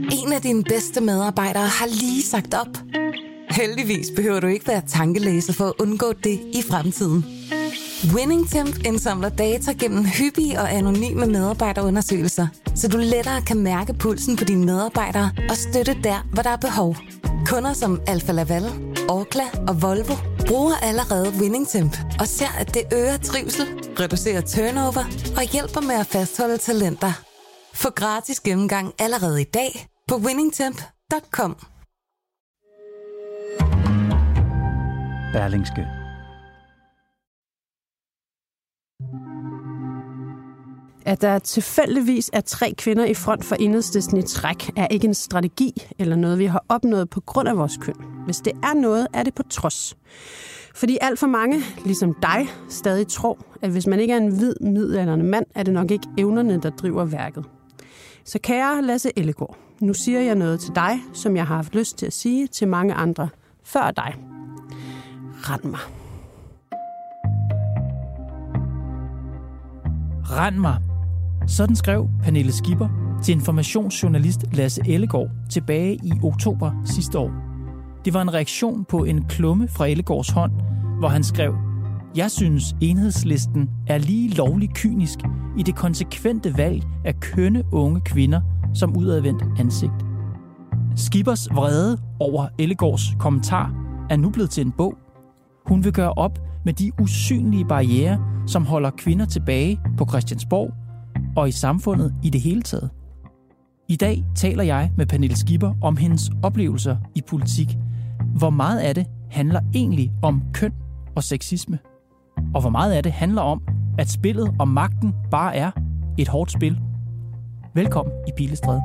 En af dine bedste medarbejdere har lige sagt op. Heldigvis behøver du ikke være tankelæser for at undgå det i fremtiden. WinningTemp indsamler data gennem hyppige og anonyme medarbejderundersøgelser, så du lettere kan mærke pulsen på dine medarbejdere og støtte der, hvor der er behov. Kunder som Alfa Laval, Orkla og Volvo bruger allerede WinningTemp og ser, at det øger trivsel, reducerer turnover og hjælper med at fastholde talenter. Få gratis gennemgang allerede i dag på winningtemp.com. Berlingske. At der tilfældigvis er 3 kvinder i front for Enhedslisten i træk, er ikke en strategi eller noget, vi har opnået på grund af vores køn. Hvis det er noget, er det på trods. Fordi alt for mange, ligesom dig, stadig tror, at hvis man ikke er en hvid, midaldrende mand, er det nok ikke evnerne, der driver værket. Så kære Lasse Ellegaard, nu siger jeg noget til dig, som jeg har haft lyst til at sige til mange andre før dig. Rend mig. Rend mig. Sådan skrev Pernille Skipper til informationsjournalist Lasse Ellegaard tilbage i oktober sidste år. Det var en reaktion på en klumme fra Ellegaards hånd, hvor han skrev: "Jeg synes, Enhedslisten er lige lovlig kynisk i det konsekvente valg af kønne unge kvinder som udadvendt ansigt." Skippers vrede over Ellegaards kommentar er nu blevet til en bog. Hun vil gøre op med de usynlige barrierer, som holder kvinder tilbage på Christiansborg og i samfundet i det hele taget. I dag taler jeg med Pernille Skipper om hendes oplevelser i politik. Hvor meget af det handler egentlig om køn og sexisme? Og hvor meget af det handler om, at spillet om magten bare er et hårdt spil? Velkommen i Pilestræde.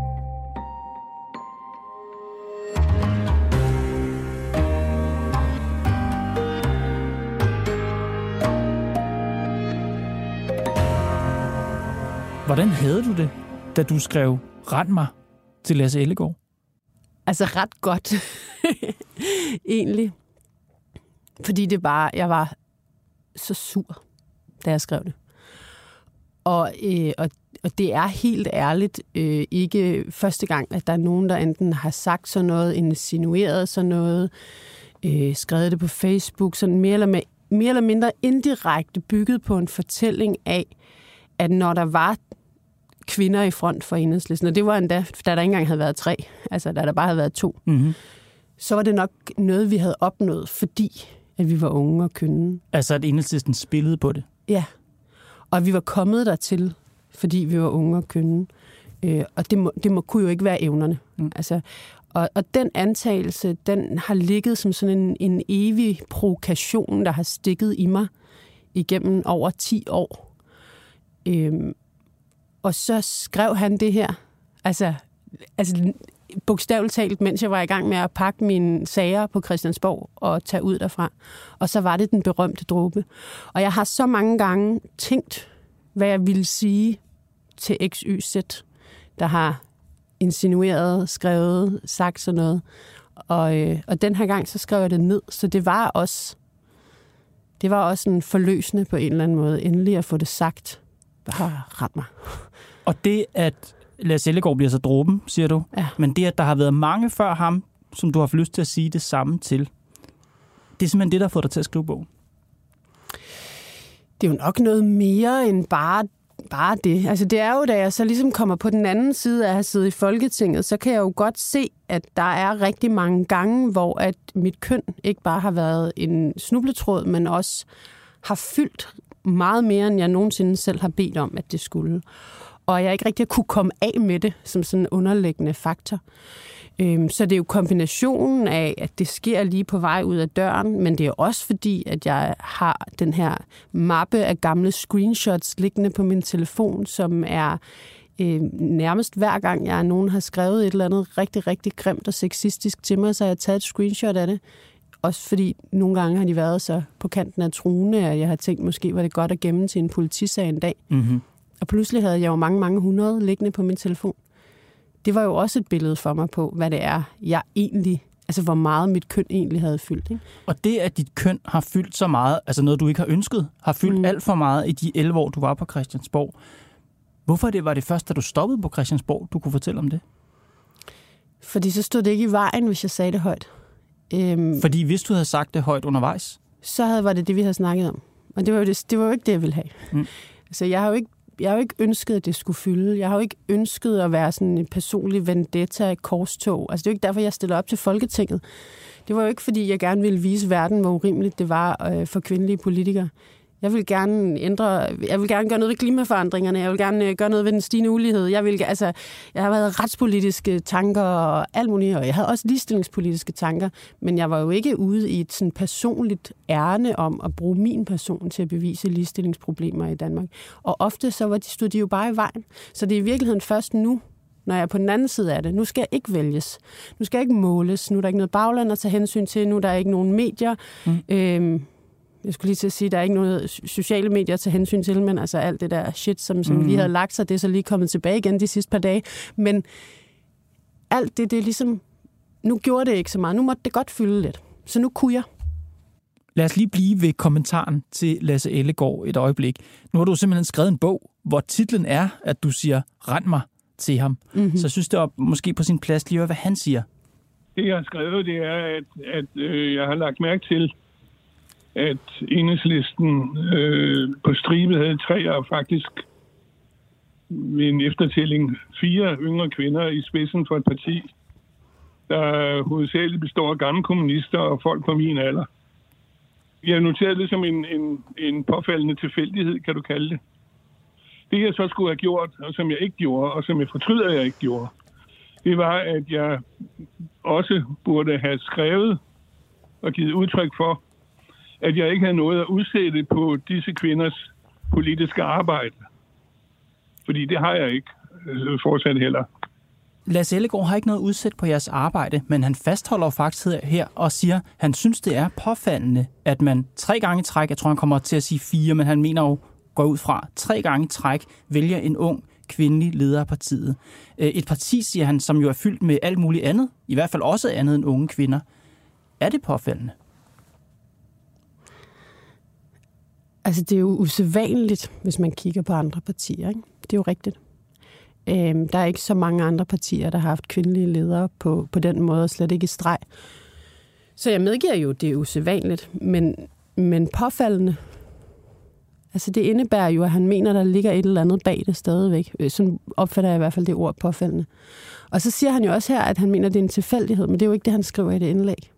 Hvordan havde du det, da du skrev "Rend mig" til Lasse Ellegaard? Altså ret godt, egentlig. Fordi jeg var så sur, da jeg skrev det. Og det er helt ærligt ikke første gang, at der er nogen, der enten har sagt sådan noget, insinueret sådan noget, skrevet det på Facebook, sådan mere eller mindre indirekte bygget på en fortælling af, at når der var kvinder i front for Enhedslisten, og det var endda, da der ikke engang havde været 3, altså da der bare havde været 2, så var det nok noget, vi havde opnået, fordi at vi var unge og kønne. Altså at Enhedslisten spillede på det? Ja, og vi var kommet dertil, fordi vi var unge og kønne. Og det kunne jo ikke være evnerne. Altså, og den antagelse, den har ligget som sådan en evig provokation, der har stikket i mig igennem over 10 år. Og så skrev han det her, altså bogstaveligt talt, mens jeg var i gang med at pakke mine sager på Christiansborg og tage ud derfra. Og så var det den berømte dråbe. Og jeg har så mange gange tænkt, hvad jeg ville sige til XYZ, der har insinueret, skrevet, sagt sådan noget. Og den her gang, så skrev jeg det ned. Så det var også en forløsende på en eller anden måde, endelig at få det sagt. Bare ret mig. Og det, at Lasse Ellegaard bliver så dråben, siger du, ja. Men det, at der har været mange før ham, som du har haft lyst til at sige det samme til, det er simpelthen det, der har fået dig til at skrive bogen. Det er jo nok noget mere end bare det. Altså det er jo, da jeg så ligesom kommer på den anden side af at have siddet i Folketinget, så kan jeg jo godt se, at der er rigtig mange gange, hvor at mit køn ikke bare har været en snubletråd, men også har fyldt meget mere, end jeg nogensinde selv har bedt om, at det skulle. Og jeg ikke rigtig kunne komme af med det som sådan en underliggende faktor. Så det er jo kombinationen af, at det sker lige på vej ud af døren, men det er også fordi, at jeg har den her mappe af gamle screenshots liggende på min telefon, som er nærmest hver gang, nogen har skrevet et eller andet rigtig, rigtig grimt og sexistisk til mig, så har jeg taget et screenshot af det. Også fordi nogle gange har de været så på kanten af truende, at jeg har tænkt, måske var det godt at gemme til en politisag en dag. Mm-hmm. Og pludselig havde jeg jo mange hundrede liggende på min telefon. Det var jo også et billede for mig på, hvad det er, jeg egentlig, altså hvor meget mit køn egentlig havde fyldt. Ikke? Og det, at dit køn har fyldt så meget, altså noget, du ikke har ønsket, har fyldt alt for meget i de 11 år, du var på Christiansborg. Hvorfor var det først, da du stoppede på Christiansborg, du kunne fortælle om det? Fordi så stod det ikke i vejen, hvis jeg sagde det højt. Fordi hvis du havde sagt det højt undervejs? Så var det, vi havde snakket om. Og det var jo ikke det, jeg ville have. Altså, jeg har jo ikke ønsket, at det skulle fylde. Jeg har jo ikke ønsket at være sådan en personlig vendetta i korstog. Altså, det er jo ikke derfor, jeg stiller op til Folketinget. Det var jo ikke, fordi jeg gerne ville vise verden, hvor urimeligt det var for kvindelige politikere. Jeg vil gerne gøre noget ved klimaforandringerne. Jeg vil gerne gøre noget ved den stigende ulighed. Jeg har været retspolitiske tanker og alt muligt, og jeg havde også ligestillingspolitiske tanker, men jeg var jo ikke ude i et sådan personligt ærne om at bruge min person til at bevise ligestillingsproblemer i Danmark. Og ofte så stod de jo bare i vejen. Så det er i virkeligheden først nu, når jeg er på den anden side af det. Nu skal jeg ikke vælges. Nu skal jeg ikke måles. Nu er der ikke noget bagland at tage hensyn til. Nu er der ikke nogen medier. Jeg skulle lige til at sige, at der er ikke noget sociale medier at tage hensyn til, men altså alt det der shit, som lige havde lagt sig, det er så lige kommet tilbage igen de sidste par dage. Men alt det er ligesom... Nu gjorde det ikke så meget. Nu måtte det godt fylde lidt. Så nu kunne jeg. Lad os lige blive ved kommentaren til Lasse Ellegaard et øjeblik. Nu har du simpelthen skrevet en bog, hvor titlen er, at du siger, rend mig til ham. Mm-hmm. Så jeg synes, det er måske på sin plads lige hvad han siger. Det, jeg har skrevet, det er, at jeg har lagt mærke til, at Enhedslisten på stribe havde 3 og faktisk ved en eftertælling 4 yngre kvinder i spidsen for et parti, der hovedsageligt består af gamle kommunister og folk på min alder. Jeg noterede det som en påfaldende tilfældighed, kan du kalde det. Det, jeg så skulle have gjort, og som jeg ikke gjorde, og som jeg fortryder, at jeg ikke gjorde, det var, at jeg også burde have skrevet og givet udtryk for, at jeg ikke havde noget at udsætte på disse kvinders politiske arbejde. Fordi det har jeg ikke fortsat heller. Lasse Ellegaard har ikke noget udsæt på jeres arbejde, men han fastholder faktisk her og siger, at han synes, det er påfaldende, at man 3 gange i træk, jeg tror, han kommer til at sige 4, men han mener jo, går ud fra 3 gange i træk, vælger en ung kvindelig leder af partiet. Et parti, siger han, som jo er fyldt med alt muligt andet, i hvert fald også andet end unge kvinder. Er det påfaldende? Altså, det er jo usædvanligt, hvis man kigger på andre partier, ikke? Det er jo rigtigt. Der er ikke så mange andre partier, der har haft kvindelige ledere på den måde, og slet ikke i streg. Så jeg medgiver jo, det er usædvanligt, men påfaldende. Altså, det indebærer jo, at han mener, der ligger et eller andet bag det stadigvæk. Sådan opfatter jeg i hvert fald det ord påfaldende. Og så siger han jo også her, at han mener, det er en tilfældighed, men det er jo ikke det, han skriver i det indlæg.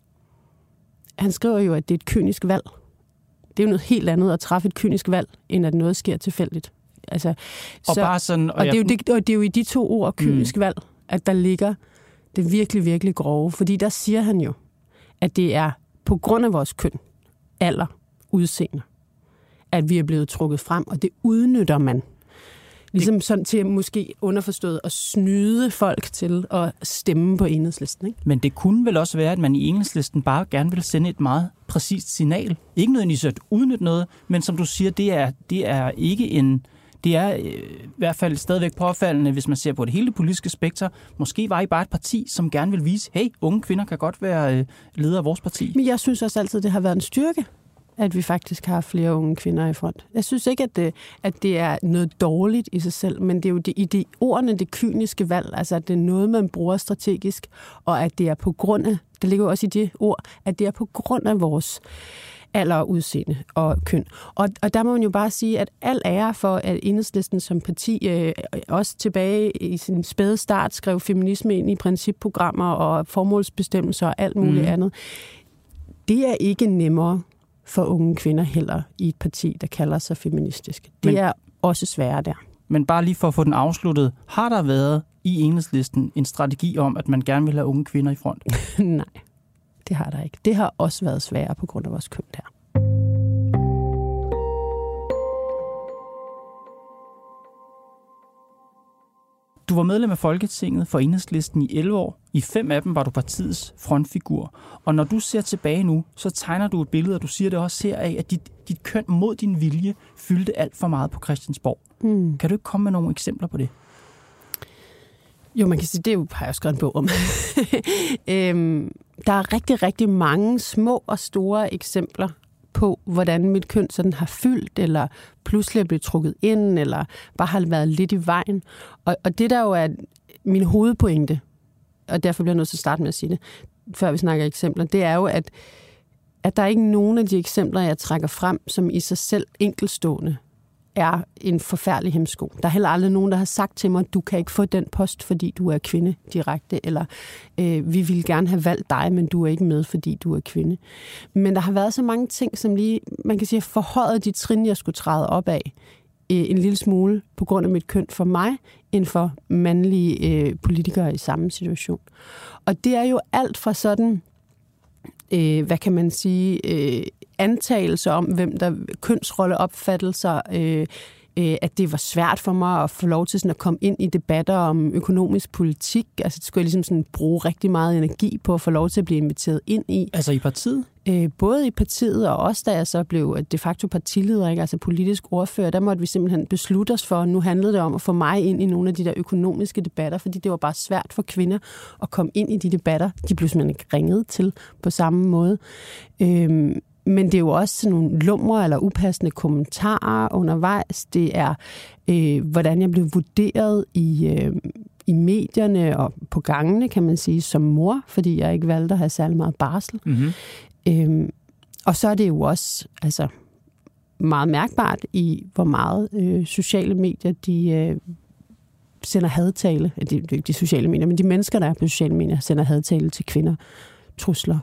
Han skriver jo, at det er et kynisk valg. Det er jo noget helt andet at træffe et kynisk valg, end at noget sker tilfældigt. Altså, og bare sådan, og det er jo i de 2 ord, kynisk valg, at der ligger det virkelig, virkelig grove. Fordi der siger han jo, at det er på grund af vores køn, alder, udseende, at vi er blevet trukket frem, og det udnytter man. Ligesom sådan til måske underforstået at snyde folk til at stemme på Enhedslisten, ikke? Men det kunne vel også være, at man i Enhedslisten bare gerne vil sende et meget præcist signal. Ikke nødvendigvis at udnytte noget, men som du siger, det er ikke en... Det er i hvert fald stadigvæk påfaldende, hvis man ser på det hele politiske spektrum. Måske var I bare et parti, som gerne vil vise, hey, unge kvinder kan godt være ledere af vores parti. Men jeg synes også altid, det har været en styrke, at vi faktisk har flere unge kvinder i front. Jeg synes ikke, at det er noget dårligt i sig selv, men det er jo i de ordene, det kyniske valg, altså at det er noget, man bruger strategisk, og at det er på grund af, det ligger også i det ord, at det er på grund af vores alder og udseende og køn. Og der må man jo bare sige, at al ære for, at Enhedslisten som parti også tilbage i sin spæde start skrev feminisme ind i principprogrammer og formålsbestemmelser og alt muligt andet. Det er ikke nemmere for unge kvinder heller i et parti, der kalder sig feministisk. Det er også sværere der. Men bare lige for at få den afsluttet, har der været i Enhedslisten en strategi om, at man gerne vil have unge kvinder i front? Nej, det har der ikke. Det har også været sværere på grund af vores køn der. Du var medlem af Folketinget for Enhedslisten i 11 år. I 5 af dem var du partiets frontfigur. Og når du ser tilbage nu, så tegner du et billede, og du siger det også her af, at dit køn mod din vilje fyldte alt for meget på Christiansborg. Kan du ikke komme med nogle eksempler på det? Jo, man kan sige, det har jeg jo skrevet en bog om. Der er rigtig, rigtig mange små og store eksempler på, hvordan mit køn sådan har fyldt, eller pludselig er blevet trukket ind, eller bare har været lidt i vejen. Og det der jo er min hovedpointe og derfor bliver jeg nødt til at starte med at sige det, før vi snakker eksempler, det er jo, at der er ikke nogen af de eksempler, jeg trækker frem, som i sig selv enkeltstående er en forfærdelig hemsko. Der er heller aldrig nogen, der har sagt til mig, du kan ikke få den post, fordi du er kvinde direkte, eller vi ville gerne have valgt dig, men du er ikke med, fordi du er kvinde. Men der har været så mange ting, som lige, man kan sige, forhøjet de trin, jeg skulle træde op af en lille smule på grund af mit køn for mig, end for mandlige politikere i samme situation. Og det er jo alt fra sådan, hvad kan man sige, antagelser om, hvem der kønsrolleopfattelser, at det var svært for mig at få lov til sådan at komme ind i debatter om økonomisk politik. Altså det skulle jeg ligesom sådan bruge rigtig meget energi på at få lov til at blive inviteret ind i. Altså i partiet? Både i partiet, og også da jeg så blev de facto partileder, ikke? Altså politisk ordfører, der måtte vi simpelthen beslutte os for, nu handlede det om at få mig ind i nogle af de der økonomiske debatter, fordi det var bare svært for kvinder at komme ind i de debatter. De blev simpelthen ikke ringet til på samme måde. Men det er jo også sådan nogle lumre eller upassende kommentarer undervejs. Det er, hvordan jeg blev vurderet i medierne og på gangene, kan man sige, som mor, fordi jeg ikke valgte at have særlig meget barsel. Mm-hmm. Og så er det jo også altså, meget mærkbart i, hvor meget sociale medier, de sender hadtale. Det er ikke de sociale medier, men de mennesker, der er på sociale medier, sender hadtale til kvinder, trusler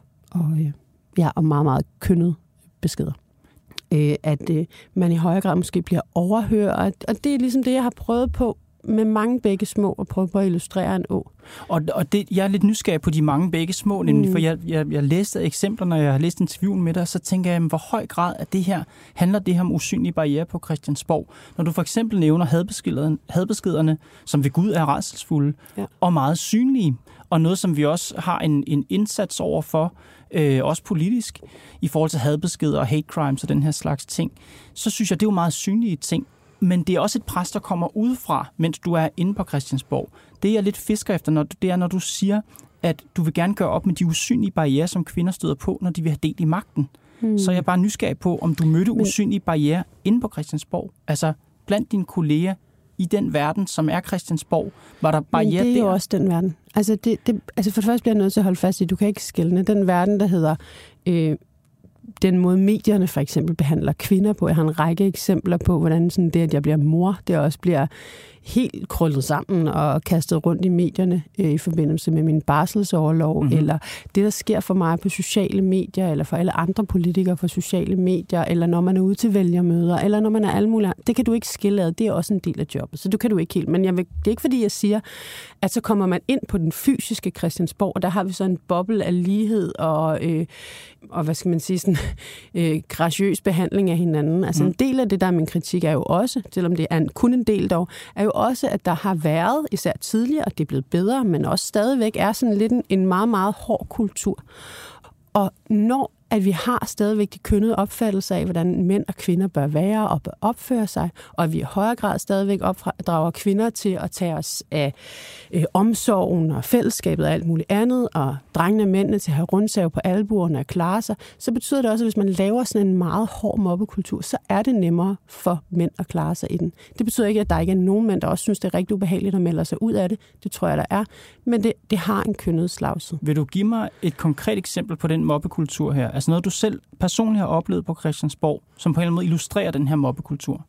og meget, meget kønnet beskeder. At man i højere grad måske bliver overhørt. Og det er ligesom det, jeg har prøvet på med mange bække små og prøve på at illustrere en å. Og det, jeg er lidt nysgerrig på de mange bække små, nemlig, for jeg læste eksempler, når jeg har læst interviewen med dig, så tænker jeg, hvor høj grad af det her handler det her om usynlige barrierer på Christiansborg. Når du for eksempel nævner hadbeskederne, som ved Gud er rædselsfulde og meget synlige, og noget, som vi også har en indsats over for, også politisk, i forhold til hadbeskeder og hate crimes og den her slags ting, så synes jeg, det er jo meget synlige ting. Men det er også et pres, der kommer udefra, mens du er inde på Christiansborg. Det jeg lidt fisker efter, det er, når du siger, at du vil gerne gøre op med de usynlige barrierer, som kvinder støder på, når de vil have del i magten. Så jeg er bare nysgerrig på, om du mødte usynlige barrierer inde på Christiansborg. Altså blandt dine kolleger i den verden, som er Christiansborg, var der barrierer der? Det er jo også den verden. Altså, altså for det første bliver jeg nødt til at holde fast i, du kan ikke skelne. Den verden, der hedder den måde medierne for eksempel behandler kvinder på. Jeg har en række eksempler på, hvordan sådan det, at jeg bliver mor, det også bliver helt krøllet sammen og kastet rundt i medierne i forbindelse med min barselsorlov, eller det, der sker for mig på sociale medier, eller for alle andre politikere på sociale medier, eller når man er ude til vælgermøder, eller når man er alle mulige. Det kan du ikke skille ad. Det er også en del af jobbet, så du kan du ikke helt. Men det er ikke fordi, jeg siger, at så kommer man ind på den fysiske Christiansborg, og der har vi så en boble af lighed og hvad skal man sige, sådan graciøs behandling af hinanden. Altså en del af det, der er min kritik, er jo også, selvom det er kun en del dog, er jo også, at der har været, især tidligere, og det er blevet bedre, men også stadigvæk er sådan lidt en meget, meget hård kultur. Og når at vi har stadigvæk de kønnede opfattelser af, hvordan mænd og kvinder bør være og bør opføre sig, og at vi i højere grad stadigvæk opdrager kvinder til at tage os af omsorgen og fællesskabet og alt muligt andet, og drengene og mændene til at have rundsav på albuerne og klare sig, så betyder det også, at hvis man laver sådan en meget hård mobbekultur, så er det nemmere for mænd at klare sig i den. Det betyder ikke, at der ikke er nogen mænd, der også synes, det er rigtig ubehageligt at melde sig ud af det. Det tror jeg, der er. Men det har en kønnet slagside. Vil du give mig et konkret eksempel på den mobbekultur her? Altså noget, du selv personligt har oplevet på Christiansborg, som på en eller anden måde illustrerer den her mobbekultur?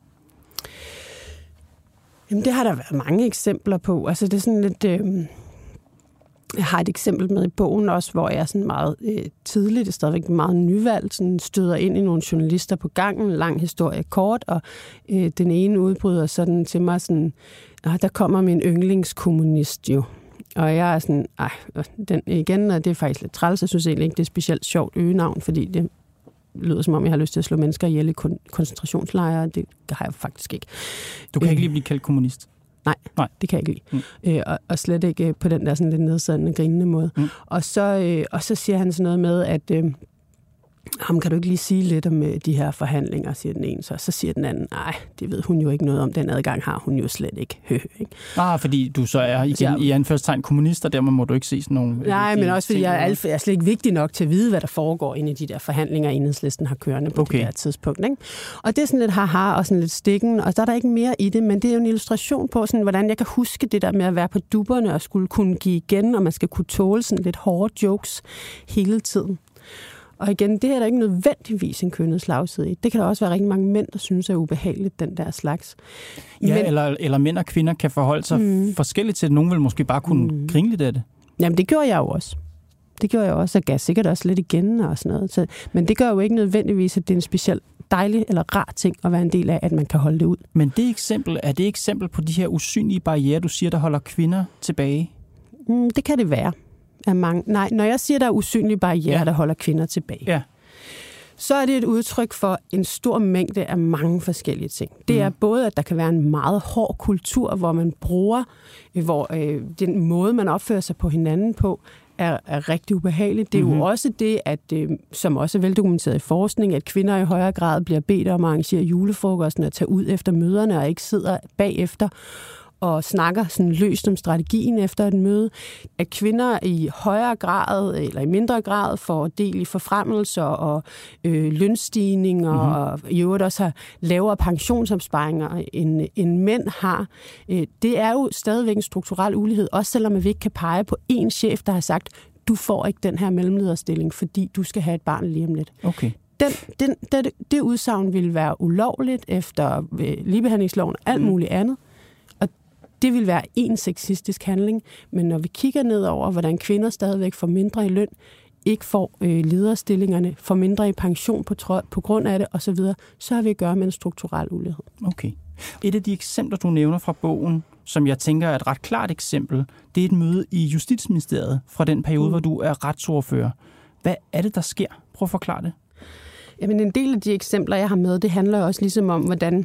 Jamen, det har der været mange eksempler på. Altså, det er sådan lidt... Jeg har et eksempel med i bogen også, hvor jeg sådan meget tidligt, det er stadigvæk meget nyvalgt, sådan støder ind i nogle journalister på gangen, lang historie kort, og den ene udbryder sådan til mig sådan, der kommer min yndlingskommunist jo. Og jeg er sådan, den igen, og det er faktisk lidt træls. Jeg synes egentlig ikke, det er specielt sjovt øgenavn, fordi det lyder som om, jeg har lyst til at slå mennesker ihjel i koncentrationslejre. Det har jeg faktisk ikke. Du kan ikke lige blive kaldt kommunist? Nej, det kan jeg ikke lide. Og slet ikke på den der sådan lidt nedsættende, grinende måde. Og så siger han sådan noget med, ham kan du ikke lige sige lidt om de her forhandlinger, siger den ene. Så siger den anden, nej, det ved hun jo ikke noget om. Den adgang har hun jo slet ikke. Ikke? Fordi du så er igen i anførselstegn kommunister, dermed må du ikke se sådan nogle... Nej, men også fordi jeg er slet ikke vigtig nok til at vide, hvad der foregår inde i de der forhandlinger, Enhedslisten har kørende på det her tidspunkt. Ikke? Og det er sådan lidt haha og sådan lidt stikken, og der er der ikke mere i det, men det er jo en illustration på, sådan, hvordan jeg kan huske det der med at være på dupperne og skulle kunne give igen, og man skal kunne tåle sådan lidt hårde jokes hele tiden. Og igen, det er der ikke nødvendigvis en kønnet slagside i. Det kan der også være rigtig mange mænd, der synes er ubehageligt, den der slags. Ja, eller mænd og kvinder kan forholde sig forskelligt til det. Nogen vil måske bare kunne grine lidt af det. Jamen, det gjorde jeg jo også. Jeg gav sikkert også lidt igen og sådan noget. Men det gør jo ikke nødvendigvis, at det er en specielt dejlig eller rar ting at være en del af, at man kan holde det ud. Men er det eksempel på de her usynlige barrierer, du siger, der holder kvinder tilbage? Det kan det være. Nej, når jeg siger, der er usynlige barrierer, der holder kvinder tilbage, så er det et udtryk for en stor mængde af mange forskellige ting. Det er både, at der kan være en meget hård kultur, hvor man bruger, den måde, man opfører sig på hinanden på, er rigtig ubehageligt. Det er jo også det, at, som også er veldokumenteret i forskning, at kvinder i højere grad bliver bedt om at arrangere julefrokosten og tage ud efter møderne og ikke sidder bagefter og snakker sådan løst om strategien efter et møde, at kvinder i højere grad eller i mindre grad får del i forfremmelser og lønstigninger og i øvrigt også har lavere pensionsopsparinger end mænd har. Det er jo stadigvæk en strukturel ulighed, også selvom vi ikke kan pege på én chef, der har sagt, du får ikke den her mellemlederstilling, fordi du skal have et barn lige om lidt. Okay. Det udsagn ville være ulovligt efter ligebehandlingsloven og alt muligt andet. Det vil være en sexistisk handling, men når vi kigger ned over, hvordan kvinder stadigvæk får mindre i løn, ikke får lederstillingerne, får mindre i pension på grund af det osv., så har vi at gøre med en strukturel ulighed. Okay. Et af de eksempler, du nævner fra bogen, som jeg tænker er et ret klart eksempel, det er et møde i Justitsministeriet fra den periode, hvor du er retsordfører. Hvad er det, der sker? Prøv at forklare det. Jamen, en del af de eksempler, jeg har med, det handler også ligesom om, hvordan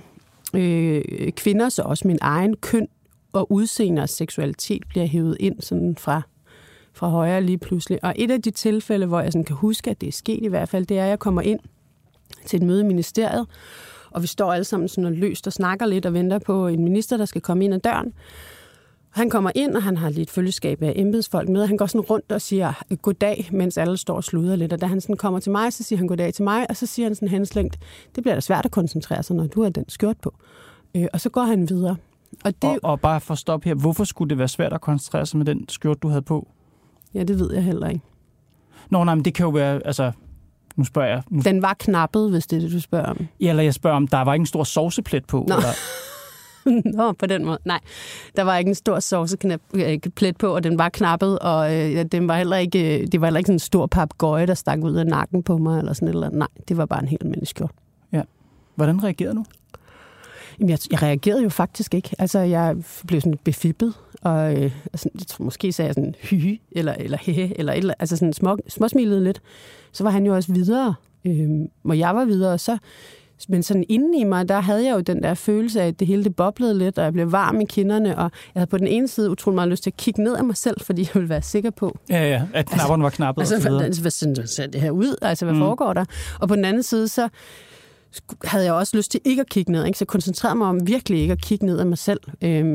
kvinder, så også min egen køn, og udseende og seksualitet bliver hævet ind sådan fra højre lige pludselig. Og et af de tilfælde, hvor jeg sådan kan huske, at det er sket i hvert fald, det er, at jeg kommer ind til et møde i ministeriet, og vi står alle sammen sådan og løst og snakker lidt og venter på en minister, der skal komme ind ad døren. Han kommer ind, og han har lige et følgeskab af embedsfolk med, og han går sådan rundt og siger goddag, mens alle står og sluder lidt. Og da han sådan kommer til mig, så siger han goddag til mig, og så siger han sådan henslængt, det bliver da svært at koncentrere sig, når du har den skjort på. Og så går han videre. Og bare for at stoppe her, hvorfor skulle det være svært at koncentrere sig med den skjort, du havde på? Ja, det ved jeg heller ikke. Nej, men det kan jo være, altså, nu spørger jeg. Den var knappet, hvis det er det, du spørger om. Ja, eller jeg spørger om, der var ikke en stor sovseplet på? Nå. Eller? Nå, på den måde. Nej, der var ikke en stor sovseplet på, og den var knappet, og den var heller ikke, det var heller ikke sådan en stor papegøje, der stak ud af nakken på mig, eller sådan eller andet. Nej, det var bare en helt almindelig skjort. Ja. Hvordan reagerede du? Jamen, jeg reagerede jo faktisk ikke. Altså, jeg blev sådan lidt befippet, og måske sagde jeg sådan hyhy, eller hehe, eller altså sådan småsmilede lidt. Så var han jo også videre, og jeg var videre, så men sådan inden i mig, der havde jeg jo den der følelse af, at det hele det boblede lidt, og jeg blev varm i kinderne, og jeg havde på den ene side utrolig meget lyst til at kigge ned af mig selv, fordi jeg ville være sikker på. Ja, at knapperne var knappet. Altså, hvad ser det her ud? Altså, hvad foregår der? Og på den anden side, så havde jeg også lyst til ikke at kigge ned, ikke? Så jeg koncentrerede mig om virkelig ikke at kigge ned af mig selv,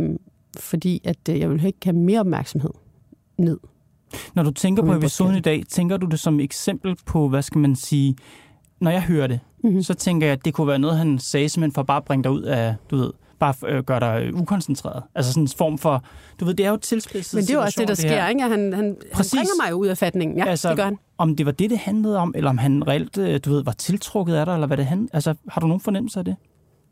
fordi at jeg ville ikke have mere opmærksomhed ned. Når du tænker på episoden i dag, tænker du det som eksempel på, hvad skal man sige, når jeg hører det, så tænker jeg, at det kunne være noget, han sagde simpelthen for bare at bringe dig ud af, du ved, bare gøre dig ukoncentreret. Altså sådan en form for, du ved, det er jo tilspidset. Men det er jo også det, der sker, ikke? Han bringer mig jo ud af fatningen. Ja, altså, det gør han. Om det var det handlede om, eller om han reelt, du ved, var tiltrukket af dig, eller hvad det handlede. Altså, har du nogen fornemmelse af det?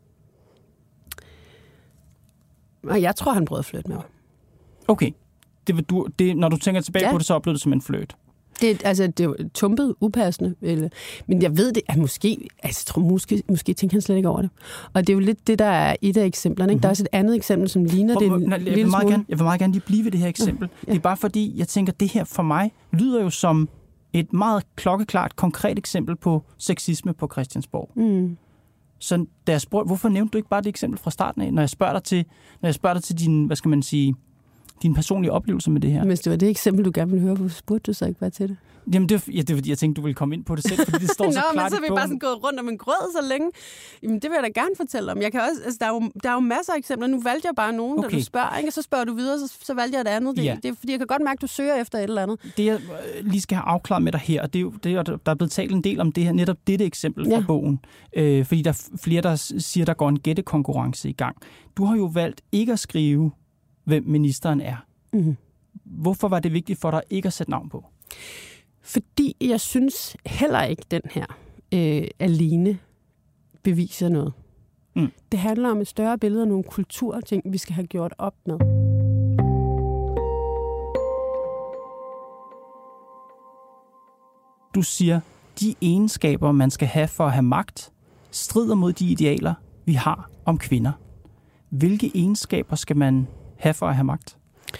Jeg tror, han prøvede at flytte med mig. Okay. Når du tænker tilbage på det, så oplevede det som en flirt. Det var tumpet, upassende. Men jeg ved det, at måske tænker han slet ikke over det. Og det er jo lidt det, der er et af eksemplerne. Ikke? Der er også et andet eksempel, som ligner det en lille smule. Jeg vil meget gerne lige blive ved det her eksempel. Ja. Det er bare fordi, jeg tænker, det her for mig lyder jo som et meget klokkeklart, konkret eksempel på sexisme på Christiansborg. Så da jeg spurgte, hvorfor nævnte du ikke bare det eksempel fra starten af? Når jeg spørger dig til din, hvad skal man sige, din personlige oplevelse med det her. Hvis det var det eksempel, du gerne ville høre, hvorfor spurgte du så ikke bare til det? Jamen, det var fordi, jeg tænkte, du ville komme ind på det selv, fordi det står så klart i bogen. Nå, men så har vi bare sådan gået rundt om en grød så længe. Jamen, det vil jeg da gerne fortælle om. Jeg kan også, altså, der er jo masser af eksempler. Nu valgte jeg bare nogen, der du spørger, ikke? Og så spørger du videre, så valgte jeg et andet. Det er fordi, jeg kan godt mærke, at du søger efter et eller andet. Det, jeg lige skal have afklaret med dig her, og der er blevet talt en del om det her, netop dette eksempel fra bogen. Fordi der er flere, der siger, der går en gættekonkurrence i gang. Du har jo valgt ikke at skrive, hvem ministeren er. Mm-hmm. Hvorfor var det vigtigt for dig ikke at sætte navn på? Fordi jeg synes heller ikke, den her alene beviser noget. Mm. Det handler om et større billede af nogle kulturting, vi skal have gjort op med. Du siger, de egenskaber, man skal have for at have magt, strider mod de idealer, vi har om kvinder. Hvilke egenskaber skal man have for at have magt?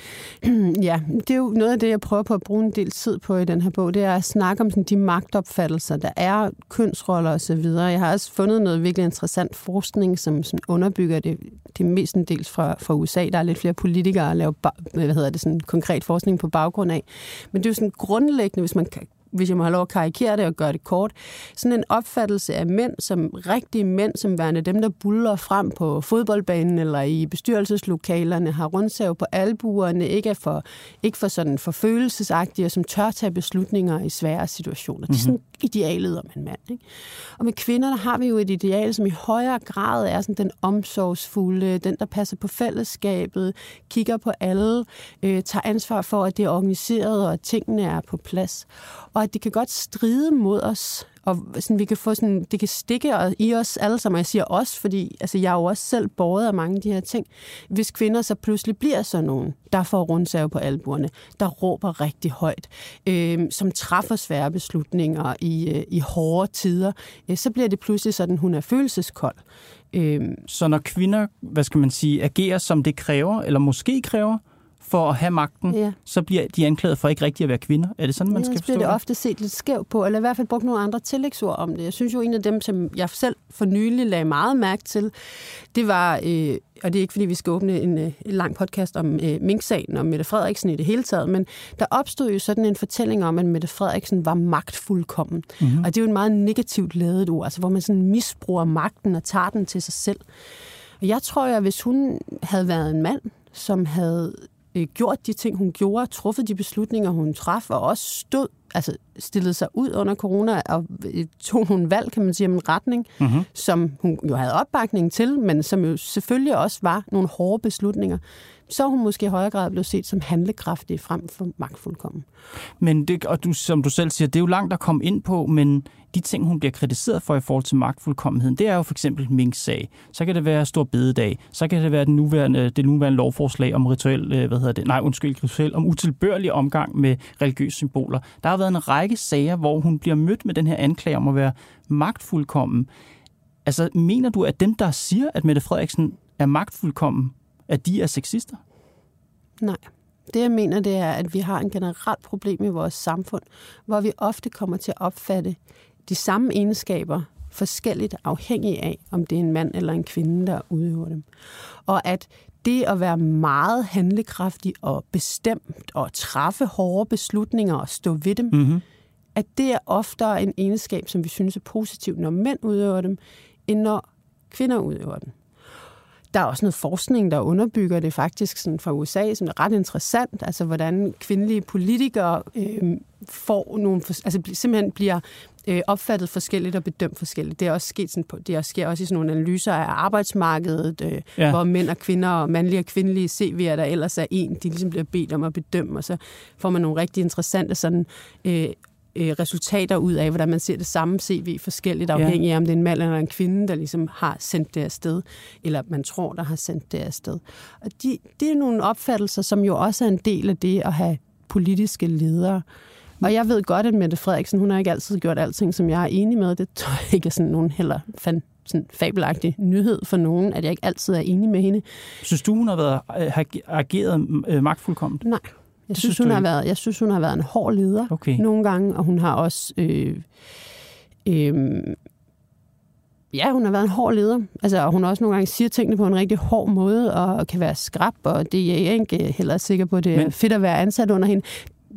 Ja, det er jo noget af det, jeg prøver på at bruge en del tid på i den her bog. Det er at snakke om sådan de magtopfattelser, der er kønsroller og så videre. Jeg har også fundet noget virkelig interessant forskning, som sådan underbygger det er mestendels fra USA. Der er lidt flere politikere, der laver sådan konkret forskning på baggrund af. Men det er jo sådan grundlæggende, hvis jeg må have lov at karikere det og gøre det kort, sådan en opfattelse af mænd som rigtige mænd, som værende dem, der buller frem på fodboldbanen eller i bestyrelseslokalerne, har rundsav på albuerne, ikke for sådan for følelsesagtige, som tør tage beslutninger i svære situationer. Det er sådan idealet om en mand. Ikke? Og med kvinder, der har vi jo et ideal, som i højere grad er sådan den omsorgsfulde, den, der passer på fællesskabet, kigger på alle, tager ansvar for, at det er organiseret, og at tingene er på plads. Og at det kan godt stride mod os, og sådan, vi kan få sådan, det kan stikke i os alle sammen, og jeg siger os, fordi altså, jeg er jo også selv båret af mange af de her ting. Hvis kvinder så pludselig bliver sådan nogen, der får rundsav på albuerne, der råber rigtig højt, som træffer svære beslutninger i hårde tider, så bliver det pludselig sådan, hun er følelseskold. Så når kvinder, agerer som det kræver, eller måske kræver, for at have magten, så bliver de anklaget for ikke rigtig at være kvinder. Er det sådan, man skal forstå det? Så bliver det ofte set lidt skævt på, eller i hvert fald brugt nogle andre tillægsord om det. Jeg synes jo, en af dem, som jeg selv for nylig lagde meget mærke til, det var, og det er ikke, fordi vi skal åbne en lang podcast om Mink-sagen og Mette Frederiksen i det hele taget, men der opstod jo sådan en fortælling om, at Mette Frederiksen var magtfuldkommen. Mm-hmm. Og det er jo en meget negativt ladet ord, altså hvor man sådan misbruger magten og tager den til sig selv. Og jeg tror jo, at hvis hun havde været en mand, som havde gjort de ting, hun gjorde, truffet de beslutninger, hun traf, og også stillede sig ud under corona og tog nogle valg, kan man sige, om en retning, som hun jo havde opbakning til, men som jo selvfølgelig også var nogle hårde beslutninger, så er hun måske i højere grad blevet set som handlekraftig frem for magtfuldkommen. Men det, og som du selv siger, det er jo langt at komme ind på, men de ting, hun bliver kritiseret for i forhold til magtfuldkommenheden, det er jo for eksempel Mink-sag. Så kan det være Stor Bededag. Så kan det være det nuværende lovforslag om om utilbørlig omgang med religiøse symboler. Der har været en række sager, hvor hun bliver mødt med den her anklage om at være magtfuldkommen. Altså, mener du, at dem, der siger, at Mette Frederiksen er magtfuldkommen, at de er sexister? Nej. Det, jeg mener, det er, at vi har en generelt problem i vores samfund, hvor vi ofte kommer til at opfatte de samme egenskaber forskelligt afhængig af, om det er en mand eller en kvinde, der udøver dem. Og at det at være meget handlekraftig og bestemt og træffe hårde beslutninger og stå ved dem, at det er oftere en egenskab, som vi synes er positivt, når mænd udøver dem, end når kvinder udøver dem. Der er også noget forskning, der underbygger det faktisk sådan fra USA, som er ret interessant, altså hvordan kvindelige politikere får nogle, altså simpelthen bliver opfattet forskelligt og bedømt forskelligt. Det er også sket sådan det sker også i sådan nogle analyser af arbejdsmarkedet, hvor mænd og kvinder og mandlige og kvindelige CV'er, der ellers er de ligesom bliver bedt om at bedømme, og så får man nogle rigtig interessante sådan resultater ud af, hvordan man ser det samme CV forskelligt, afhængig af, om det er en mand eller en kvinde, der ligesom har sendt det afsted, eller man tror, der har sendt det afsted. Og det er nogle opfattelser, som jo også er en del af det at have politiske ledere. Og jeg ved godt, at Mette Frederiksen, hun har ikke altid gjort alting, som jeg er enig med. Det tror jeg ikke er sådan nogen heller sådan fabelagtig nyhed for nogen, at jeg ikke altid er enig med hende. Synes du, hun har ageret magtfuldkomment? Nej. Jeg synes, hun har været en hård leder nogle gange, og hun har også Ja, hun har været en hård leder. Altså, og hun også nogle gange siger tingene på en rigtig hård måde, og kan være skrap, og det er jeg ikke heller sikker på, det er fedt at være ansat under hende.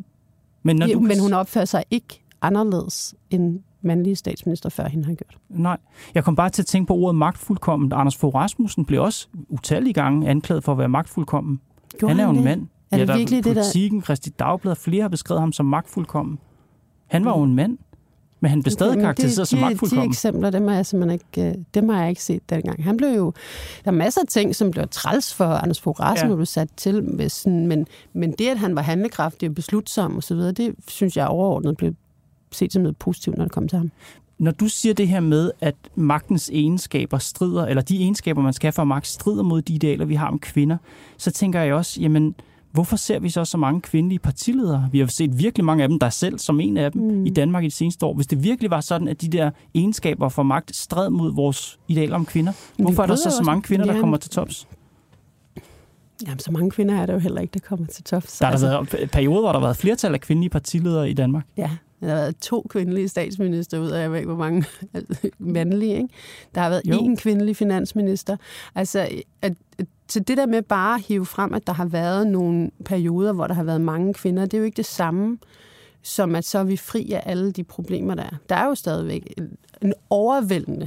Men hun opfører sig ikke anderledes end mandlige statsminister før hende har gjort. Nej, jeg kom bare til at tænke på ordet magtfuldkommen. Anders Fogh Rasmussen blev også utallige gange anklaget for at være magtfuldkommen. Han er jo en mand. Er det virkelig det der? Politikken, Kristi Dagblad, flere har beskrevet ham som magtfuldkommen. Han var jo en mand, men han blev stadig karakteriseret som magtfuldkommen. De eksempler, dem har jeg ikke set dengang. Han blev jo, der er masser af ting, som blev træls for Anders Fogh Rasmussen, blev sat til med sådan, men det, at han var handlekraftig og beslutsom og så videre, det synes jeg overordnet blev set som noget positivt, når det kom til ham. Når du siger det her med, at magtens egenskaber strider, eller de egenskaber, man skal have for magt, strider mod de idealer, vi har om kvinder, så tænker jeg også, jamen, hvorfor ser vi så mange kvindelige partiledere? Vi har set virkelig mange af dem, der selv som en af dem i Danmark i de seneste år. Hvis det virkelig var sådan, at de der egenskaber for magt stred mod vores idealer om kvinder, hvorfor er der så mange kvinder, der kommer til tops? Jamen, så mange kvinder er der jo heller ikke, der kommer til tops. Der har været perioder, hvor der har været flertal af kvindelige partiledere i Danmark. Ja, der har været 2 kvindelige statsminister ud af, jeg ved ikke, hvor mange mandlige, ikke? Der har været 1 kvindelig finansminister. Altså, så det der med bare at hive frem, at der har været nogle perioder, hvor der har været mange kvinder, det er jo ikke det samme, som at så er vi fri af alle de problemer, der er. Der er jo stadigvæk en overvældende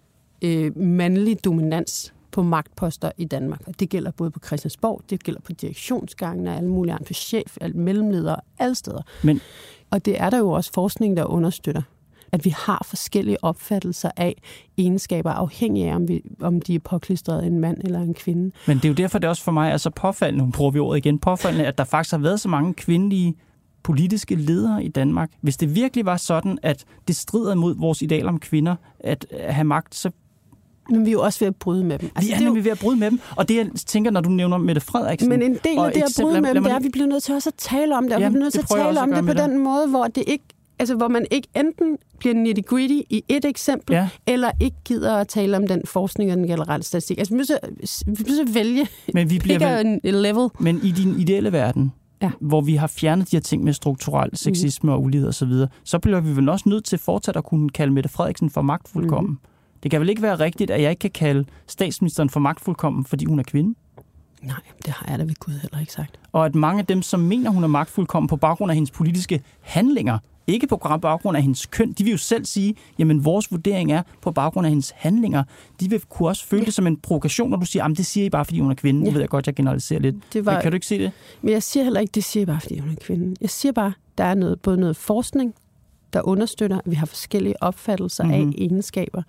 mandlig dominans på magtposter i Danmark. Og det gælder både på Christiansborg, det gælder på direktionsgangene, alle mulige andre, chef, mellemledere, alle steder. Og det er der jo også forskning, der understøtter, at vi har forskellige opfattelser af egenskaber, afhængig af, om de er påklistret en mand eller en kvinde. Men det er jo derfor, det også for mig er så påfaldende, nu bruger vi ordet igen, påfaldende, at der faktisk har været så mange kvindelige politiske ledere i Danmark. Hvis det virkelig var sådan, at det strider mod vores idealer om kvinder, at have magt, så... Men vi er jo også ved at bryde med dem. Altså, vi er nemlig ved at bryde med dem, og det jeg tænker, når du nævner Mette Frederiksen... Men en del af det at bryde med dem, det er, at vi bliver nødt til også at tale om det, og vi bliver nødt til at tale om det på den måde, hvor det ikke... Altså, hvor man ikke enten bliver nitty-gritty i et eksempel, eller ikke gider at tale om den forskning og den generelle statistik. Altså, vi bliver så vælge. Men vi bliver en level. Men i din ideelle verden, hvor vi har fjernet de her ting med strukturel sexisme og ulighed osv., så bliver vi vel også nødt til fortsat at kunne kalde Mette Frederiksen for magtfuldkommen. Det kan vel ikke være rigtigt, at jeg ikke kan kalde statsministeren for magtfuldkommen, fordi hun er kvinde? Nej, det har jeg da ved Gud heller ikke sagt. Og at mange af dem, som mener, hun er magtfuldkommen på baggrund af hendes politiske handlinger, ikke på baggrund af hendes køn, de vil jo selv sige, jamen vores vurdering er på baggrund af hendes handlinger. De vil kunne også føle det som en provokation, når du siger, det siger I bare, fordi hun er kvinde. Nu ved jeg godt, jeg generaliserer lidt. Men kan du ikke se det? Men jeg siger heller ikke, det siger I bare, fordi hun er kvinde. Jeg siger bare, der er både noget forskning, der understøtter, at vi har forskellige opfattelser af egenskaber,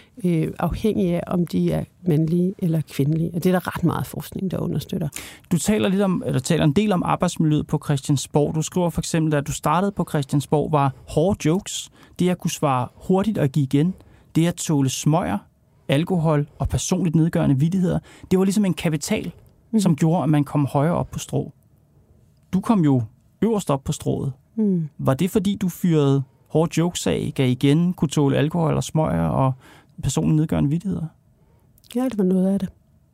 afhængig af, om de er mandlige eller kvindelige. Og det er der ret meget forskning, der understøtter. Du taler en del om arbejdsmiljøet på Christiansborg. Du skriver for eksempel, at du startede på Christiansborg, var hårde jokes, det at kunne svare hurtigt og give igen, det at tåle smøger, alkohol og personligt nedgørende vittigheder, det var ligesom en kapital, som gjorde, at man kom højere op på strå. Du kom jo øverst op på strået. Var det, fordi du fyrede hårde jokes af, gav igen, kunne tåle alkohol og smøger og personligt nedgørende vittigheder? Ja, det var noget af det.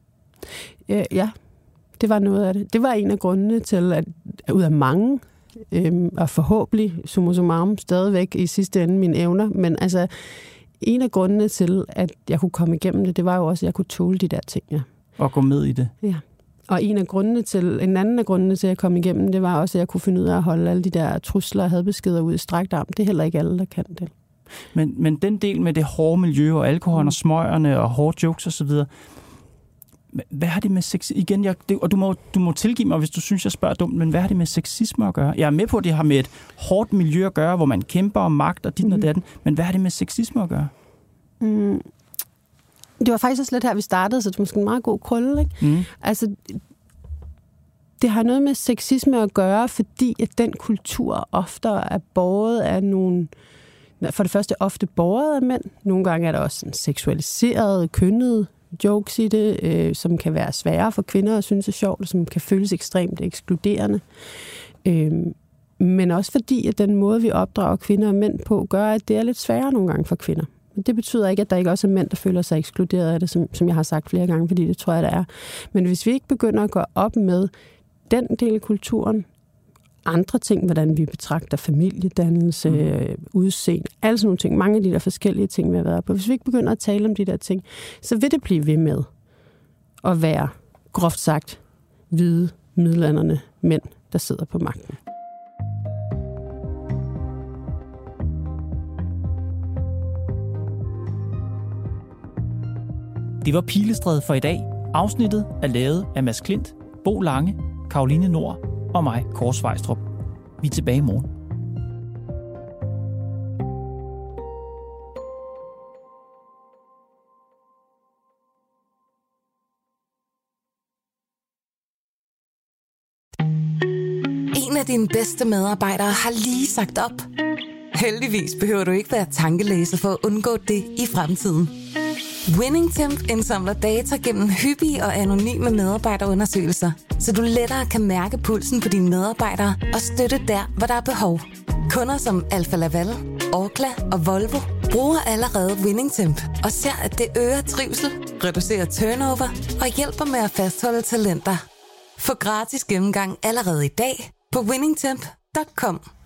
Ja, det var noget af det. Det var en af grundene til, at ud af mange, og forhåbentlig, summa summarum, stadigvæk i sidste ende mine evner, men altså, en af grundene til, at jeg kunne komme igennem det, det var jo også, at jeg kunne tåle de der ting, ja. Og gå med i det? Ja. Og en anden af grundene til, at jeg kom igennem, det var også, at jeg kunne finde ud af at holde alle de der trusler og hadbeskeder ud i strakt arm. Det er heller ikke alle, der kan det. Men den del med det hårde miljø og alkohol og smøgerne og hårde jokes osv., hvad har det med sex... Igen, og du må tilgive mig, hvis du synes, jeg spørger dumt, men hvad har det med sexisme at gøre? Jeg er med på, at det har med et hårdt miljø at gøre, hvor man kæmper om magt og dit og datten, men hvad har det med sexisme at gøre? Det var faktisk også lidt her, vi startede, så det er måske en meget god krølle, ikke? Altså, det har noget med sexisme at gøre, fordi at den kultur ofte er båret af nogle... For det første ofte båret af mænd. Nogle gange er der også en seksualiseret, kønnet jokes i det, som kan være svære for kvinder at synes er sjovt, og som kan føles ekstremt ekskluderende. Men også fordi, at den måde, vi opdrager kvinder og mænd på, gør, at det er lidt sværere nogle gange for kvinder. Det betyder ikke, at der ikke også er mænd, der føler sig ekskluderet af det, som jeg har sagt flere gange, fordi det tror jeg, der er. Men hvis vi ikke begynder at gå op med den del af kulturen, andre ting, hvordan vi betragter familiedannelse, udseende, alle sådan nogle ting. Mange af de der forskellige ting, vi har været på. Hvis vi ikke begynder at tale om de der ting, så vil det blive ved med at være, groft sagt, hvide, middelaldrende mænd, der sidder på magten. Det var Pilestræde for i dag. Afsnittet er lavet af Mads Klint, Bo Lange, Caroline Nord og mig, Kåre Svejstrup. Vi er tilbage i morgen. En af dine bedste medarbejdere har lige sagt op. Heldigvis behøver du ikke være tankelæser for at undgå det i fremtiden. WinningTemp indsamler data gennem hyppige og anonyme medarbejderundersøgelser, så du lettere kan mærke pulsen på dine medarbejdere og støtte der, hvor der er behov. Kunder som Alfa Laval, Orkla og Volvo bruger allerede WinningTemp og ser, at det øger trivsel, reducerer turnover og hjælper med at fastholde talenter. Få gratis gennemgang allerede i dag på winningtemp.com.